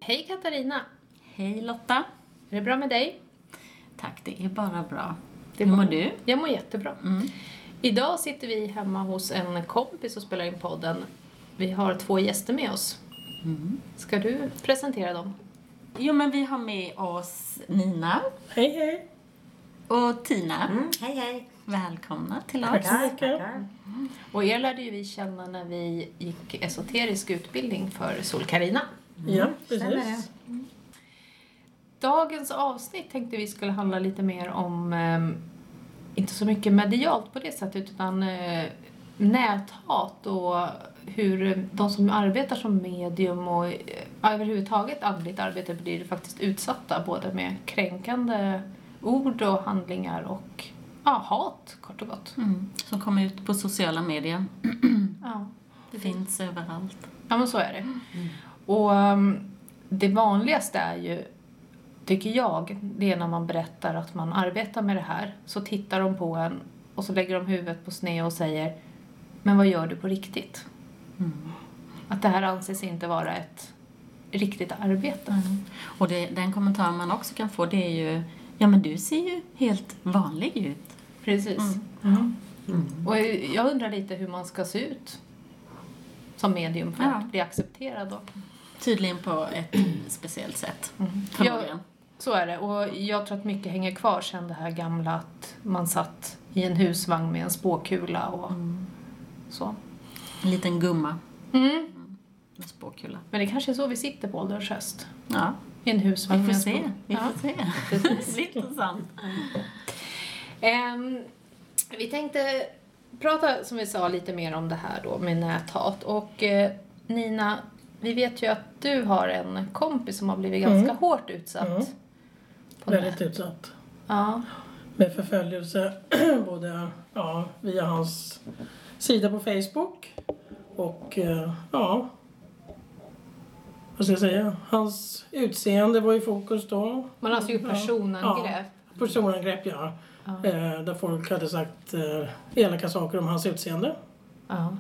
Hej Katarina! Hej Lotta! Är det bra med dig? Tack, det är bara bra. Hur mår du? Jag mår jättebra. Idag sitter vi hemma hos en kompis och spelar in podden. Vi har 2 gäster med oss. Ska du presentera dem? Jo, men vi har med oss Nina Hej, hej. och Tina. Hej, hej. Välkomna till oss. Tackar. Och er lärde ju vi känna när vi gick esoterisk utbildning för Sol-Carina. Ja, stämmer precis. Dagens avsnitt tänkte vi skulle handla lite mer om, inte så mycket medialt på det sättet, utan näthat och hur de som arbetar som medium och överhuvudtaget andligt arbete blir faktiskt utsatta både med kränkande ord och handlingar och hat, kort och gott. Som kommer ut på sociala medier. Ja. Det finns överallt. Ja, men så är det. Och det vanligaste är ju, tycker jag, det är när man berättar att man arbetar med det här. Så tittar de på en och så lägger de huvudet på sned och säger, men vad gör du på riktigt? Att det här anses inte vara ett riktigt arbete. Och den kommentar man också kan få, det är ju, ja men du ser ju helt vanlig ut. Precis. Och jag undrar lite hur man ska se ut som medium för att bli accepterad då. Tydligen på ett speciellt sätt. Ja, Förmodligen. så är det. Och jag tror att mycket hänger kvar sedan det här gamla att man satt i en husvagn med en spåkula och så. En liten gumma. En spåkula. Men det kanske är så vi sitter på ålderns höst. Ja, I en husvagn vi med får en se. Vi får se. Precis. Det blir intressant. Vi tänkte prata, som vi sa, lite mer om det här då med näthat. Och Nina, vi vet ju att du har en kompis som har blivit ganska hårt utsatt. På Väldigt utsatt. Ja. Med förföljelse både via hans sida på Facebook och vad ska jag säga? Hans utseende var i fokus då. Man har alltså gjort personangrepp. Personangrepp, ja. Där folk hade sagt elaka saker om hans utseende. Ja.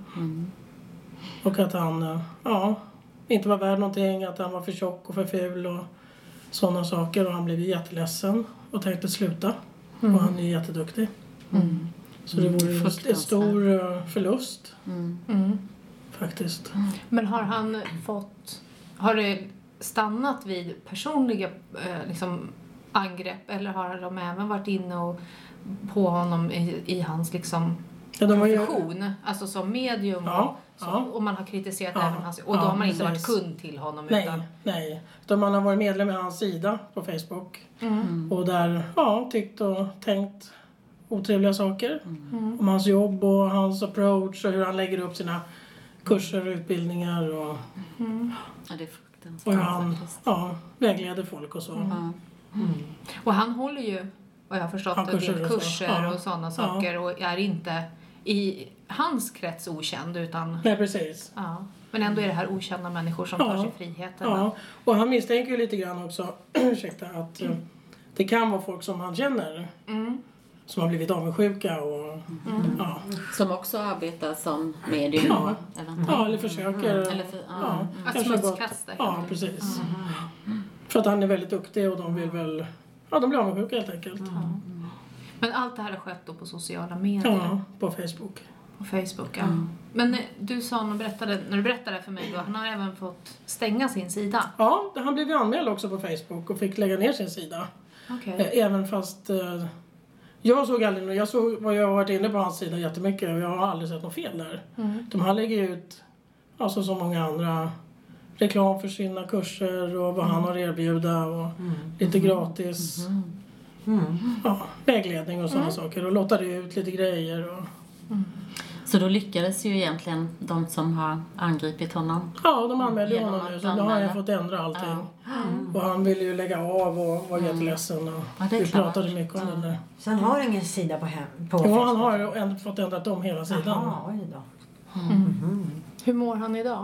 Och att han inte var värd någonting, att han var för tjock och för ful och sådana saker. Och han blev jätteledsen och tänkte sluta. Och han är jätteduktig. Så det vore en stor förlust. Faktiskt. Men har han har det stannat vid personliga angrepp, eller har de även varit inne och på honom i hans profession, alltså som medium och man har kritiserat även hans, och då har man inte varit kund till honom Nej, utan man har varit medlem i hans sida på Facebook och där tyckt och tänkt otrevliga saker om hans jobb och hans approach och hur han lägger upp sina kurser och utbildningar och Ja, det är fruktansvärt. och hur han vägleder folk och så. Och han håller ju, vad jag har förstått, en del kurser och sådana saker och är inte i hans krets okänd utan... Nej, precis. Ja. Men ändå är det här okända människor som tar sig friheten. Ja, och han misstänker ju lite grann också att det kan vara folk som han känner som har blivit avundsjuka och Som också arbetar som medium. eller försöker. Att smutskasta. Ja, precis. För att han är väldigt duktig och de vill väl... Ja, de blir avundsjuka helt enkelt. Men allt det här har skett då på sociala medier. Ja, på Facebook. På Facebook, ja. Men du sa när du berättade för mig då, han har även fått stänga sin sida. Ja, han blev ju anmäld också på Facebook och fick lägga ner sin sida. Okay. Även fast... Jag har varit inne på hans sida jättemycket och jag har aldrig sett något fel där. Han lägger ut, alltså som många andra, reklam för sina kurser och vad han har erbjuda och lite gratis vägledning och sådana saker och låter ut lite grejer. Och... Så då lyckades ju egentligen de som har angripit honom. Ja, de anmälde honom nu så då har jag fått ändra allting. Och han ville ju lägga av och var jätteledsen och vi pratade mycket om det där. Så han har ingen sida på Facebook? Ja, han har fått ändrat om hela sidan. Jaha, oj då. Hur mår han idag?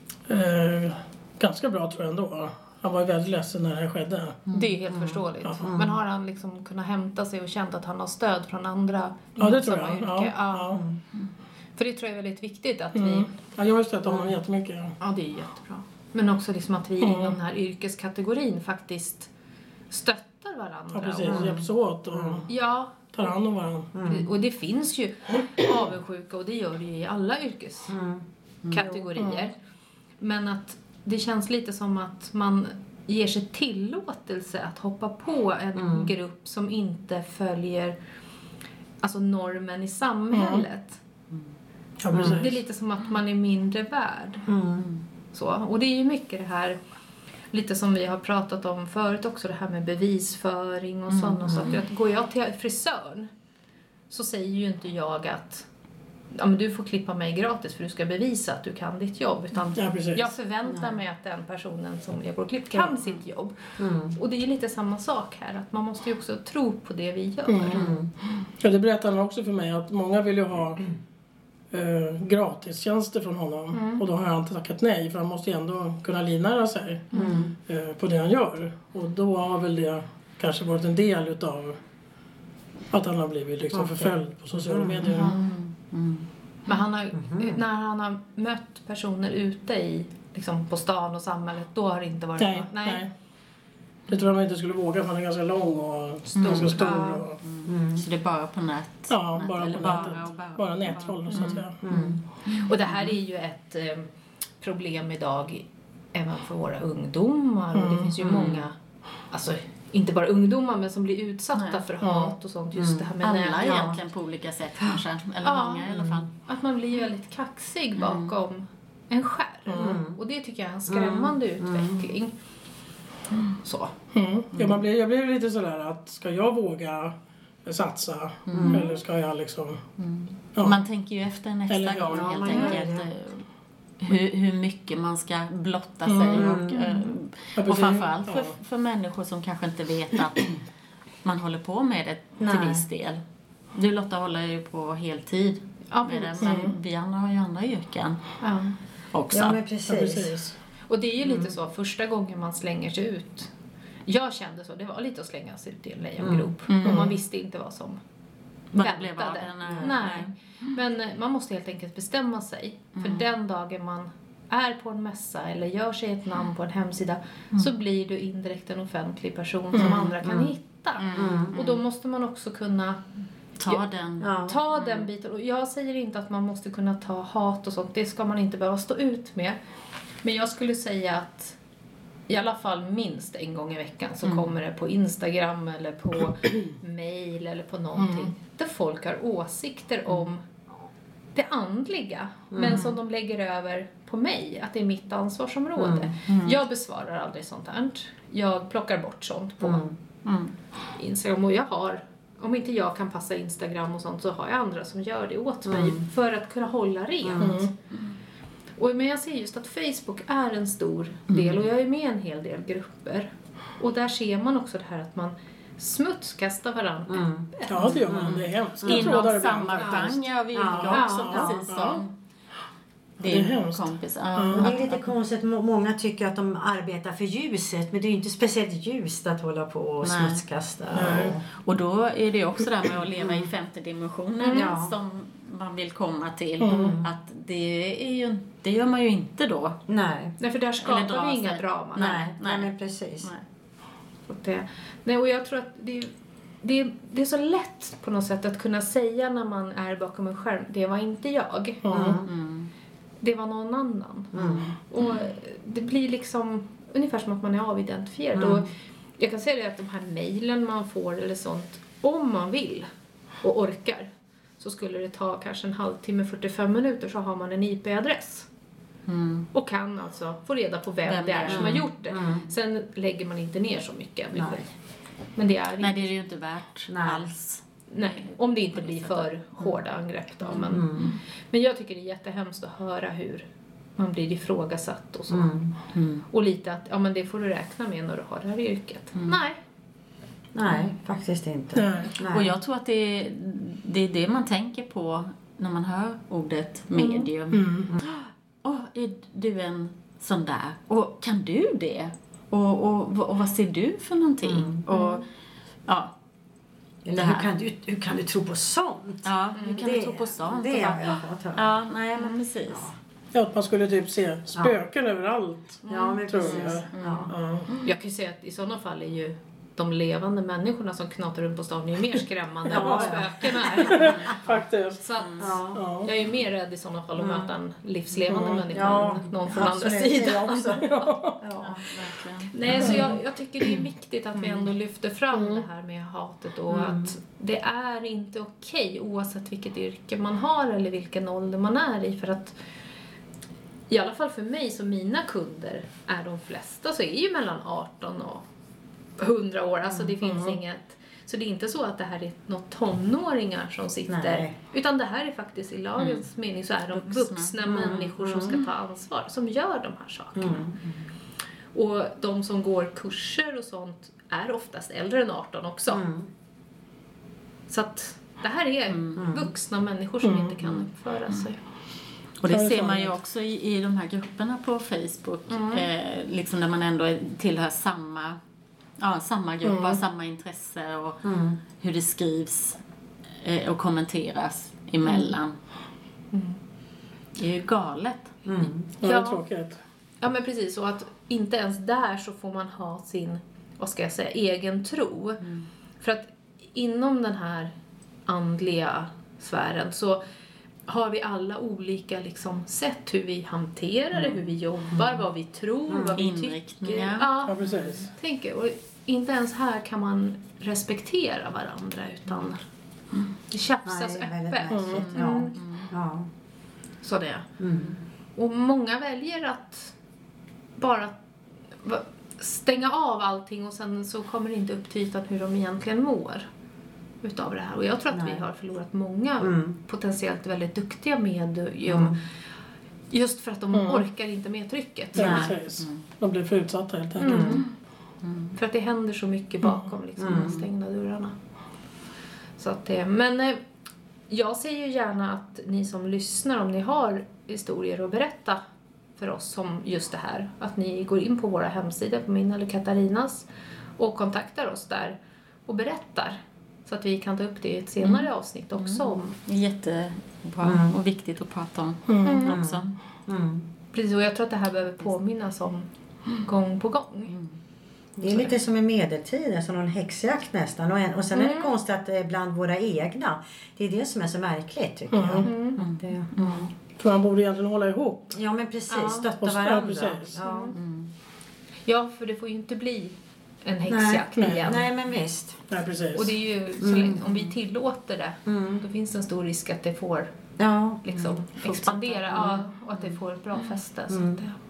Ganska bra tror jag ändå. Han var ju väldigt ledsen när det här skedde. Det är helt förståeligt. Men har han kunnat hämta sig och känt att han har stöd från andra? Ja, det tror jag. För det tror jag är väldigt viktigt att vi... Ja, jag har ju stött honom jättemycket. Ja, det är jättebra. Men också liksom att vi inom den här yrkeskategorin faktiskt stöttar varandra. Ja, precis. Hjälps åt och Ja. tar hand om varandra. Och det finns ju avundsjuka och det gör det ju i alla yrkeskategorier. Men att det känns lite som att man ger sig tillåtelse att hoppa på en grupp som inte följer alltså normen i samhället. Ja, precis. Det är lite som att man är mindre värd. Så. Och det är ju mycket det här, lite som vi har pratat om förut också, det här med bevisföring och sådana saker. Att går jag till frisören så säger ju inte jag att men du får klippa mig gratis för du ska bevisa att du kan ditt jobb. Utan jag förväntar mig att den personen som jag går och klipper kan sitt jobb. Och det är lite samma sak här. Att man måste ju också tro på det vi gör. Ja, det berättar han också för mig att många vill ju ha gratistjänster från honom. Och då har han inte tackat nej, för han måste ju ändå kunna livnära sig på det han gör. Och då har väl det kanske varit en del utav att han har blivit liksom förföljd på sociala medier. Men han har, när han har mött personer ute i, liksom på stan och samhället, då har det inte varit Nej. Det tror jag man inte skulle våga, för han är ganska lång och ganska stor. Och, Så det är bara på nät? Ja, bara på nätet. Bara nättroll så att säga. Och det här är ju ett problem idag även för våra ungdomar. Och det finns ju många, alltså inte bara ungdomar, men som blir utsatta för hat och sånt. Just det här med alla egentligen på olika sätt kanske. Eller många i alla fall. Att man blir väldigt kaxig bakom en skärm. Och det tycker jag är en skrämmande utveckling. Så. Ja, jag blir lite sådär att ska jag våga satsa eller ska jag liksom... Man tänker ju efter nästa gång helt enkelt. Hur mycket man ska blotta sig och framförallt för människor som kanske inte vet att man håller på med det till viss del. Du Lotta håller ju på heltid med det, men vi andra har ju andra yrken också. Ja, men precis. Och det är ju lite så, första gången man slänger sig ut. Jag kände så, det var lite att slänga sig ut i en lejongrop. Och man visste inte vad som väntade. Nej. Men man måste helt enkelt bestämma sig. För den dagen man är på en mässa eller gör sig ett namn på en hemsida så blir du indirekt en offentlig person som andra kan hitta. Och då måste man också kunna ta den biten. Och jag säger inte att man måste kunna ta hat och sånt. Det ska man inte behöva stå ut med. Men jag skulle säga att i alla fall minst en gång i veckan så kommer det på Instagram eller på mail eller på någonting där folk har åsikter om det andliga men som de lägger över på mig, att det är mitt ansvarsområde. Jag besvarar aldrig sånt här. Jag plockar bort sånt på Instagram, och jag har, om inte jag kan passa Instagram och sånt, så har jag andra som gör det åt mig för att kunna hålla rent. Men jag ser just att Facebook är en stor del, och jag är med i en hel del grupper. Och där ser man också det här att man smutskastar varandra. Ja, det gör man. Det är hemskt. Inom samma genre vi också, precis som det är hemskt. Kompis. Det är lite konstigt. Många tycker att de arbetar för ljuset, men det är ju inte speciellt ljust att hålla på och smutskasta. Och då är det också där med att leva i femte dimensionen som man vill komma till. Att det gör man ju inte då. Nej, för där skapar vi inga drama. Nej, men precis. Och jag tror att det är så lätt på något sätt att kunna säga när man är bakom en skärm, det var inte jag. Det var någon annan. Och det blir liksom ungefär som att man är avidentifierad. Och jag kan säga det att de här mejlen man får eller sånt, om man vill och orkar, så skulle det ta kanske en halvtimme, 45 minuter, så har man en IP-adress. Och kan alltså få reda på vem det är som har gjort det. Sen lägger man inte ner så mycket energi. Men det är det är ju inte värt alls. Nej, om det inte blir för hårda angrepp då. Men jag tycker det är jättehemskt att höra hur man blir ifrågasatt och så. Och lite att, men det får du räkna med när du har det här yrket. Nej, faktiskt inte. Nej. Och jag tror att det är det man tänker på när man hör ordet medium. Är du en sån där? Och kan du det? Och vad ser du för någonting? Och eller hur kan du tro på sånt? Ja, hur kan du tro på sånt? Det har jag fått höra. Ja, nej men precis. Ja, att man skulle typ se spöken överallt. Ja, men tror precis. jag. Ja. Jag kan ju säga att i sådana fall är ju de levande människorna som knatar runt på stan är ju mer skrämmande än vad spöken är. Faktiskt. Så att jag är ju mer rädd i sådana fall att möta en livslevande människa än någon från andra absolut. sidan. Också. Ja, verkligen. Nej, så jag tycker det är viktigt att vi ändå lyfter fram det här med hatet och att det är inte okej oavsett vilket yrke man har eller vilken ålder man är i, för att i alla fall för mig som mina kunder är de flesta så är ju mellan 18 och 100 år, alltså det finns inget, så det är inte så att det här är något tonåringar som sitter, utan det här är faktiskt i lagens mening så är de vuxna människor som ska ta ansvar, som gör de här sakerna. Och de som går kurser och sånt är oftast äldre än 18 också. Så att det här är vuxna människor som inte kan uppföra sig. Och det ser man ju också i de här grupperna på Facebook. Liksom när man ändå tillhör samma grupp, har samma intresse och hur det skrivs och kommenteras emellan. Det är ju galet. Ja, det är tråkigt. Ja, men precis. Och att inte ens där så får man ha sin, vad ska jag säga, egen tro. För att inom den här andliga sfären så har vi alla olika liksom sätt hur vi hanterar det, hur vi jobbar, vad vi tror, vad vi tycker. Ja, precis. Tänker. Och inte ens här kan man respektera varandra utan det tjafsas öppet. Så det. Och många väljer att bara stänga av allting och sen så kommer det inte upp till ytan hur de egentligen mår utav det här. Och jag tror att vi har förlorat många potentiellt väldigt duktiga medium just för att de orkar inte med trycket. Ja, precis. De blir för utsatta helt enkelt. För att det händer så mycket bakom liksom, de stängda dörrarna. Så att men jag säger ju gärna att ni som lyssnar, om ni har historier att berätta för oss om just det här, att ni går in på våra hemsidor, på min eller Katarinas, och kontaktar oss där och berättar. Så att vi kan ta upp det i ett senare avsnitt också. Det är jättebra och viktigt att prata om också. Precis, och jag tror att det här behöver påminnas om gång på gång. Det är lite som i medeltiden, som någon häxjakt nästan. Och sen är det konstigt att bland våra egna, det är det som är så märkligt tycker jag. För man borde egentligen hålla ihop. Ja, men precis. Stötta Ja, varandra. precis. Ja, för det får ju inte bli en häxjakt igen. Nej, men visst. Nej, precis. Och det är ju, så länge, om vi tillåter det, då finns det en stor risk att det får liksom expandera och att det får ett bra fäste. Så att det,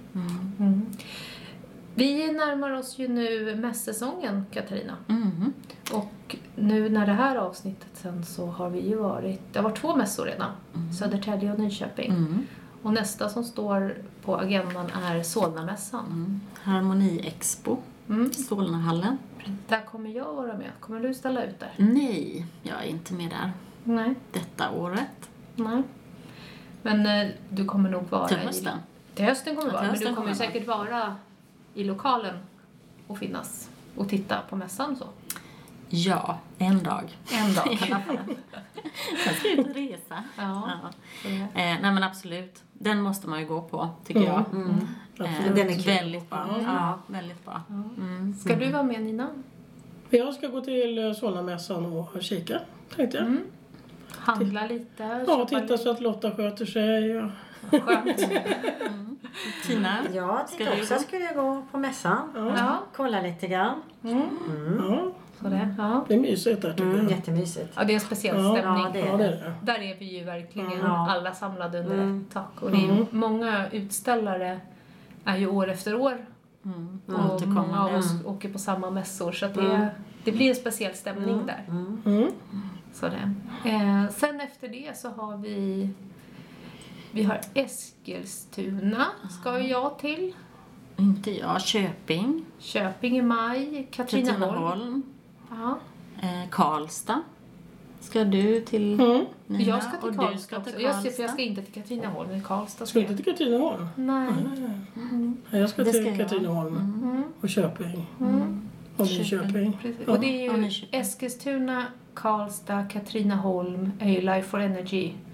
Vi närmar oss ju nu mässäsongen, Katarina. Och nu när det här avsnittet sen så har vi ju det har varit 2 mässor redan. Södertälje och Nyköping. Och nästa som står på agendan är Solnamässan. Harmoni-expo. Solnahallen. Där kommer jag vara med. Kommer du ställa ut där? Nej, jag är inte med där. Nej. Detta året. Nej. Men du kommer nog vara till hösten. Till hösten kommer du vara. Men du kommer kommer säkert vara i lokalen och finnas och titta på mässan så. Ja, en dag. En dag i alla fall. Sen ska jag ut och resa. Ja. Nej men absolut. Den måste man ju gå på, tycker jag. Den är kul. Väldigt bra. Ja, väldigt bra. Ska du vara med, Nina? Jag ska gå till Solnamässan och kika, tänkte jag. Handla lite. Ja, titta så att Lotta sköter sig. Och... Skönt. Tina? Ja, skulle jag gå på mässan. Ja. Kolla lite grann. Ja, Så det, det är mysigt där tycker jag. Jättemysigt. Ja, det är en speciell stämning. Ja, det är Ja, det är det. Där är vi ju verkligen alla samlade under ett tak. Och det är många utställare är ju år efter år. Och många av oss åker på samma mässor. Så att det blir en speciell stämning där. Så det. Sen efter det så har vi har Eskilstuna ska jag till. Inte jag. Köping. Köping i maj. Katrineholm. Ja. Karlstad. Ska du till Nina? Jag ska till och Karlstad du ska till också. Karlstad. Jag ska inte till Katrineholm, men Karlstad Ska du inte till Katrineholm? Nej. Nej, jag ska Det till ska jag. Katrineholm och Köping. Och Nyköping. Precis. Ja. Och det är och ju Nyköping. Eskilstuna, Karlstad, Katrineholm är ju Life for Energy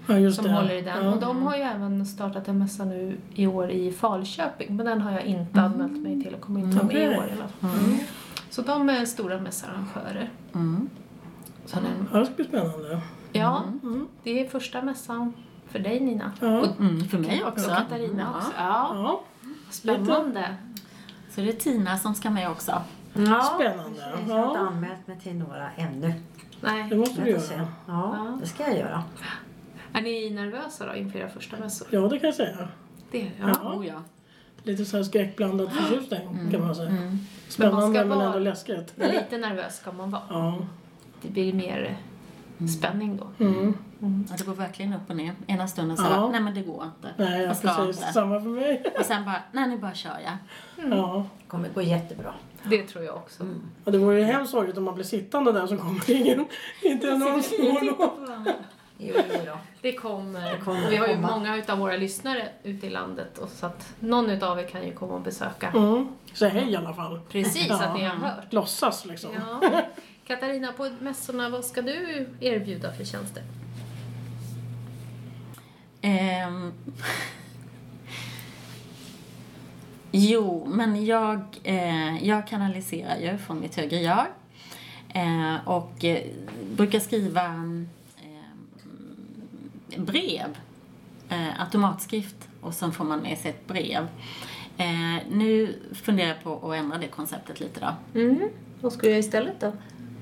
just som det. håller i den. Ja. Och de har ju även startat en mässa nu i år i Falköping. Men den har jag inte anmält mig till och kommer inte med i år. Eller. Så de är stora mässarrangörer. Så Ja, det ska bli spännande. ja, det är första mässan för dig, Nina. Ja. Och För mig också. och Katarina också. Ja. Ja. Spännande. Så det är Tina som ska med också. Ja, Spännande. precis. Jag har inte anmält mig till några ännu. Nej. Det måste du Jag får se. göra. Ja, det ska jag göra. Är ni nervösa då inför era första mässor? Ja, det kan jag säga. Det, Ja. Ja. Lite så här skräckblandad förtjusning kan man säga. Men man Spännande ska men vara- ändå läskigt. Lite nervös ska man vara. Ja. Det blir mer spänning då. Ja, det går verkligen upp och ner. Ena stunden så Ja. bara, nej men det går inte. Nej, ja, Jag ska precis. inte. Samma för mig. Och sen bara, nej nu bara kör jag. Ja. Det kommer gå jättebra. Det tror jag också. Och det vore ju hemskt sorgligt om man blir sittande där så kommer ingen. Inte någon smålåt. Jo då. Det kommer. kommer Och vi har ju komma. många utav våra lyssnare ute i landet. Och så att någon utav er kan ju komma och besöka. Så hej i alla fall. Precis, Ja. att ni har hört. Låtsas liksom. Ja. Katarina, på mässorna, vad ska du erbjuda för tjänster? Jo, men jag kanaliserar ju från mitt högre jag. Och brukar skriva brev. Automatskrift. Och sen får man med sig ett brev. Nu funderar jag på att ändra det konceptet lite då. Vad ska du göra istället då?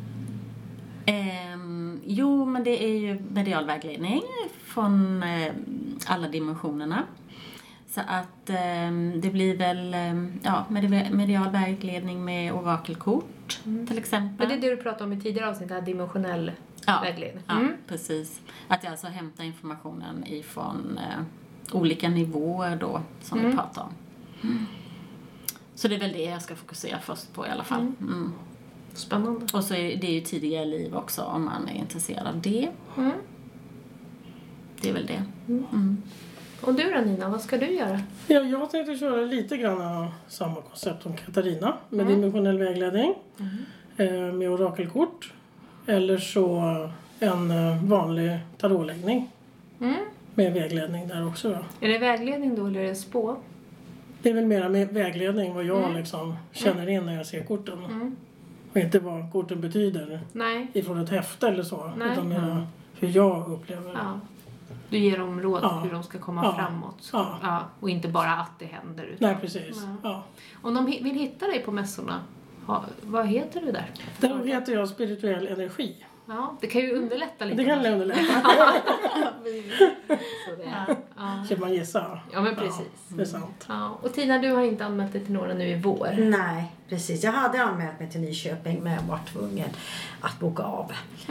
Jo, men det är ju medial vägledning från alla dimensionerna. Så att det blir väl medial vägledning med orakelkort till exempel. Men det är det du pratade om i tidigare avsnitt, här dimensionell vägledning. Ja, precis. Att jag alltså hämtar informationen ifrån olika nivåer då som vi pratar om. Så det är väl det jag ska fokusera först på i alla fall. Spännande. Och så är det ju tidigare liv också om man är intresserad av det. Det är väl det. Och du då, Nina, vad ska du göra? Ja, jag tänkte köra lite grann av samma koncept som Katarina. Med dimensionell vägledning. Med orakelkort. Eller så en vanlig tarotläggning. Med vägledning där också då. Är det vägledning då eller är det spå? Det är väl mera med vägledning vad jag liksom känner in när jag ser korten. Och inte vad korten betyder Nej. ifrån ett häfte eller så. Nej. Utan mer hur jag upplever det. Ja. Du ger dem råd Ja. hur de ska komma Ja. framåt. Ja. Ja. Och inte bara att det händer. Utan... Nej, precis. Ja. Om de vill hitta dig på mässorna, vad heter du där? Där heter jag spirituell energi. Ja, det kan ju underlätta lite. Det kan underlätta. Så det är. Ja. Kan man gissa. Ja, men precis. Ja, det är sant. Ja. Och Tina, du har inte anmält dig till några nu i vår. Nej, precis. Jag hade anmält mig till Nyköping men jag var tvungen att boka av.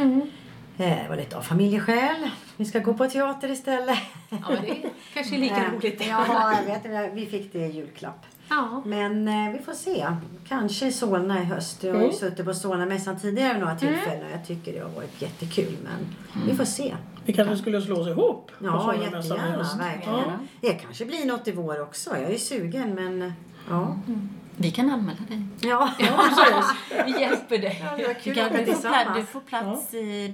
Det var lite av familjeskäl. Vi ska gå på teater istället. Ja, men det är kanske lika roligt. Ja, jag vet. Vi fick det i julklapp. Ja. Men vi får se. Kanske i Solna i höst. Jag har ju suttit på Solna-mässan tidigare vid några tillfällen. Jag tycker det har varit jättekul. Men vi får se. Vi kanske skulle slå oss ihop. på Ja, sådana mässor i jättegärna. höst. Verkligen. Ja. Det kanske blir något i vår också. Jag är sugen men... Ja. Vi kan anmäla dig. Ja. Vi hjälper dig. Ja, det var kul Du, att åka du tillsammans. får plats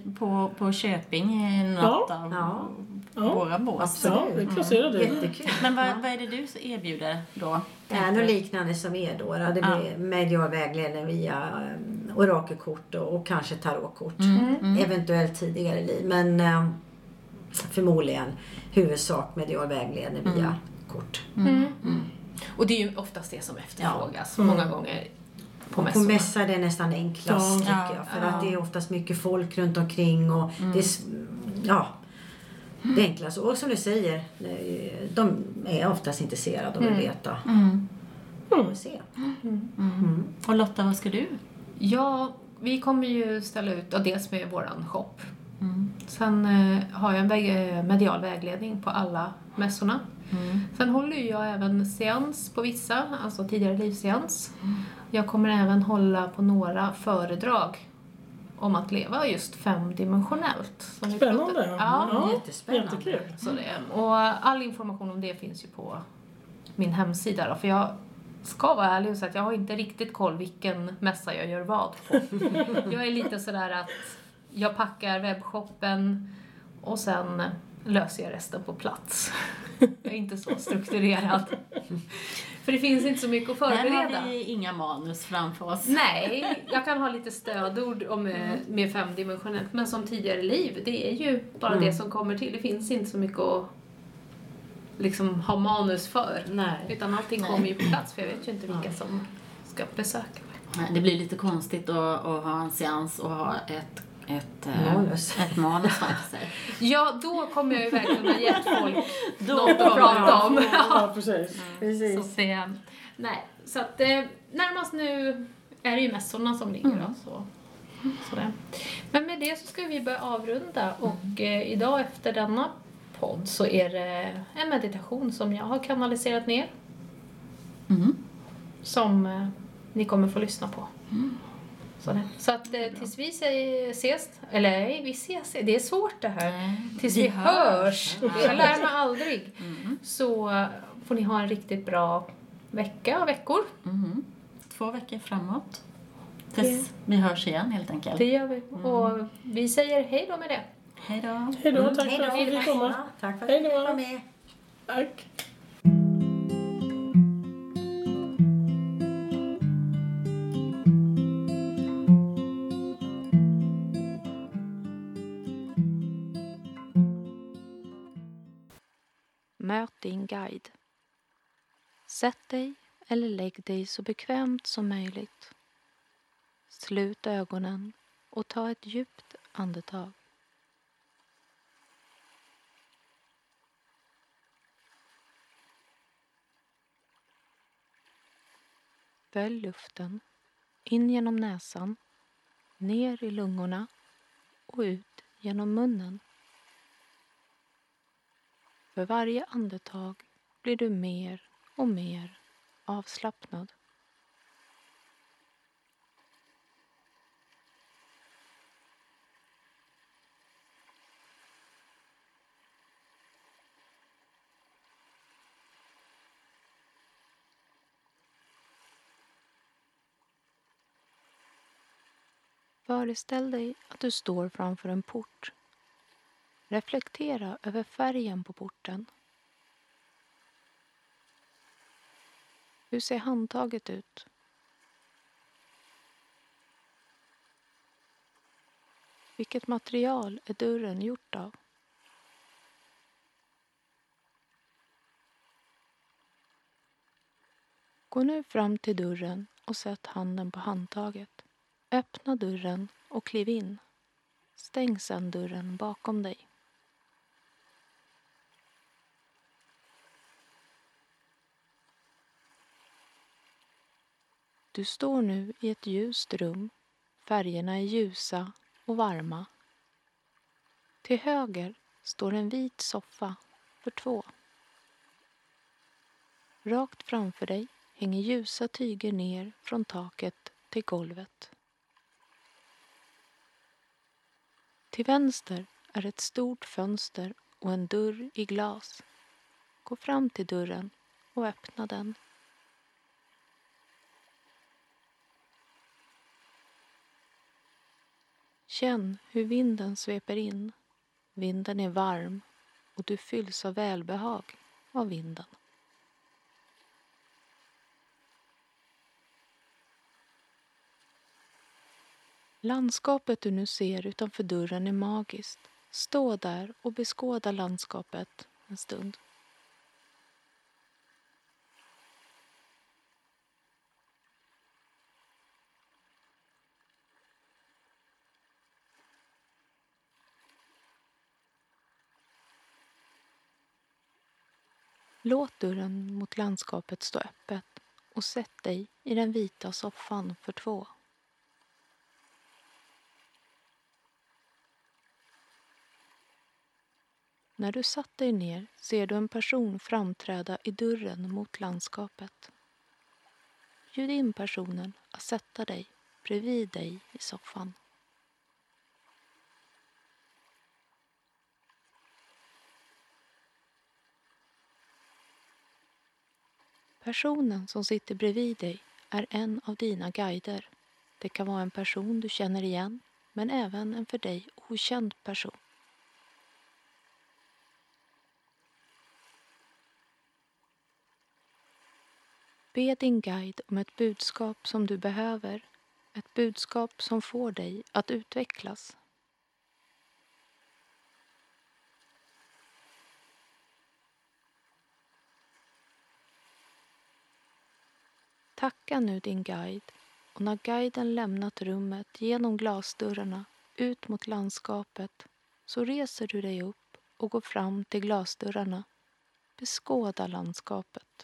på Köping i något av våra bås. Ja, vi placerar det. Jättekul. Men vad är det du erbjuder då? Det är något liknande som är då. Det blir medial vägledning via orakelkort och kanske tarotkort. Eventuellt tidigare liv. Men förmodligen huvudsak medial vägledning via kort. Och det är ju oftast det som efterfrågas många gånger på På mässorna. mässor är det nästan enklast tycker jag. För att det är oftast mycket folk runt omkring och det är, det är enklast. Och som du säger, de är oftast intresserade och vill veta. Vi får se. Och Lotta, vad ska du? Ja, vi kommer ju ställa ut, dels med våran shop. Sen har jag en medial vägledning på alla mässorna. Sen håller jag även seans på vissa, alltså tidigare livsseans. Jag kommer även hålla på några föredrag om att leva just femdimensionellt. som vi Spännande. pratade. Ja. Jättespännande. Jättekul. Så det. Och all information om det finns ju på min hemsida då, för jag ska vara ärlig och säga att jag har inte riktigt koll vilken mässa jag gör vad på. Jag är lite sådär att jag packar webbshoppen och sen löser jag resten på plats. Jag är inte så strukturerad. För det finns inte så mycket att förbereda. Här har vi inga manus framför oss. Nej, jag kan ha lite stödord om mer femdimensionellt. Men som tidigare liv, det är ju bara det som kommer till. Det finns inte så mycket att liksom ha manus för. Nej. Utan allting kommer ju på plats, för jag vet ju inte vilka som ska besöka mig. Det blir lite konstigt att ha en seans och ha ett manus framför sig. Ja, då kommer jag ju verkligen att ge folk något att prata om. Ja, precis. Så så att närmast nu är det ju mässorna som ligger då, så det. Men med det så ska vi börja avrunda och idag efter denna podd så är det en meditation som jag har kanaliserat ner. Som ni kommer få lyssna på. Så att tills vi ses, eller nej, vi ses, det är svårt det här. Tills vi hörs. Jag lär mig aldrig. Så får ni ha en riktigt bra vecka och veckor. 2 veckor framåt. Tills vi hörs igen helt enkelt. Det gör vi. Och vi säger hej då med det. Hej då. Hej då, tack för att vi fick komma. Tack för att du var med. Tack. Möt din guide. Sätt dig eller lägg dig så bekvämt som möjligt. Slut ögonen och ta ett djupt andetag. Följ luften in genom näsan, ner i lungorna och ut genom munnen. För varje andetag blir du mer och mer avslappnad. Föreställ dig att du står framför en port. Reflektera över färgen på porten. Hur ser handtaget ut? Vilket material är dörren gjort av? Gå nu fram till dörren och sätt handen på handtaget. Öppna dörren och kliv in. Stäng sedan dörren bakom dig. Du står nu i ett ljust rum. Färgerna är ljusa och varma. Till höger står en vit soffa för 2. Rakt framför dig hänger ljusa tyger ner från taket till golvet. Till vänster är ett stort fönster och en dörr i glas. Gå fram till dörren och öppna den. Känn hur vinden sveper in. Vinden är varm och du fylls av välbehag av vinden. Landskapet du nu ser utanför dörren är magiskt. Stå där och beskåda landskapet en stund. Låt dörren mot landskapet stå öppet och sätt dig i den vita soffan för 2. När du satt dig ner ser du en person framträda i dörren mot landskapet. Bjud in personen att sätta dig bredvid dig i soffan. Personen som sitter bredvid dig är en av dina guider. Det kan vara en person du känner igen, men även en för dig okänd person. Be din guide om ett budskap som du behöver. Ett budskap som får dig att utvecklas. Tacka nu din guide och när guiden lämnat rummet genom glasdörrarna ut mot landskapet så reser du dig upp och går fram till glasdörrarna. Beskåda landskapet.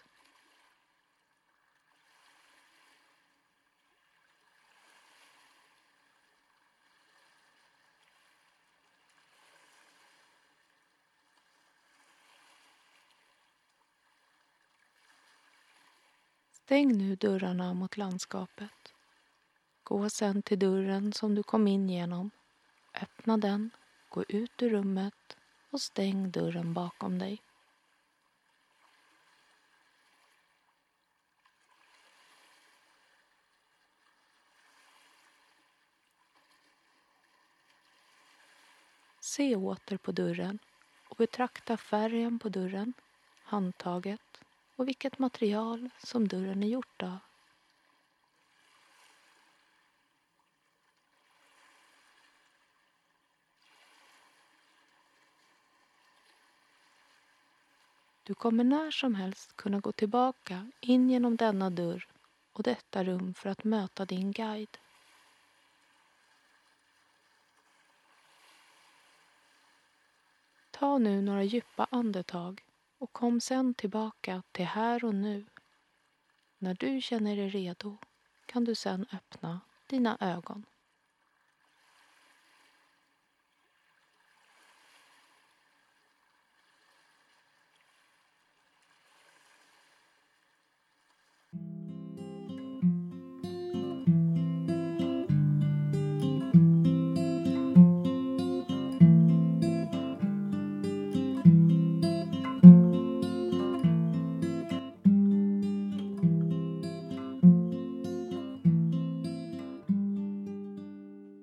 Stäng nu dörrarna mot landskapet. Gå sedan till dörren som du kom in genom. Öppna den, gå ut ur rummet och stäng dörren bakom dig. Se åter på dörren och betrakta färgen på dörren, handtaget och vilket material som dörren är gjort av. Du kommer när som helst kunna gå tillbaka in genom denna dörr och detta rum för att möta din guide. Ta nu några djupa andetag och kom sedan tillbaka till här och nu. När du känner dig redo kan du sedan öppna dina ögon.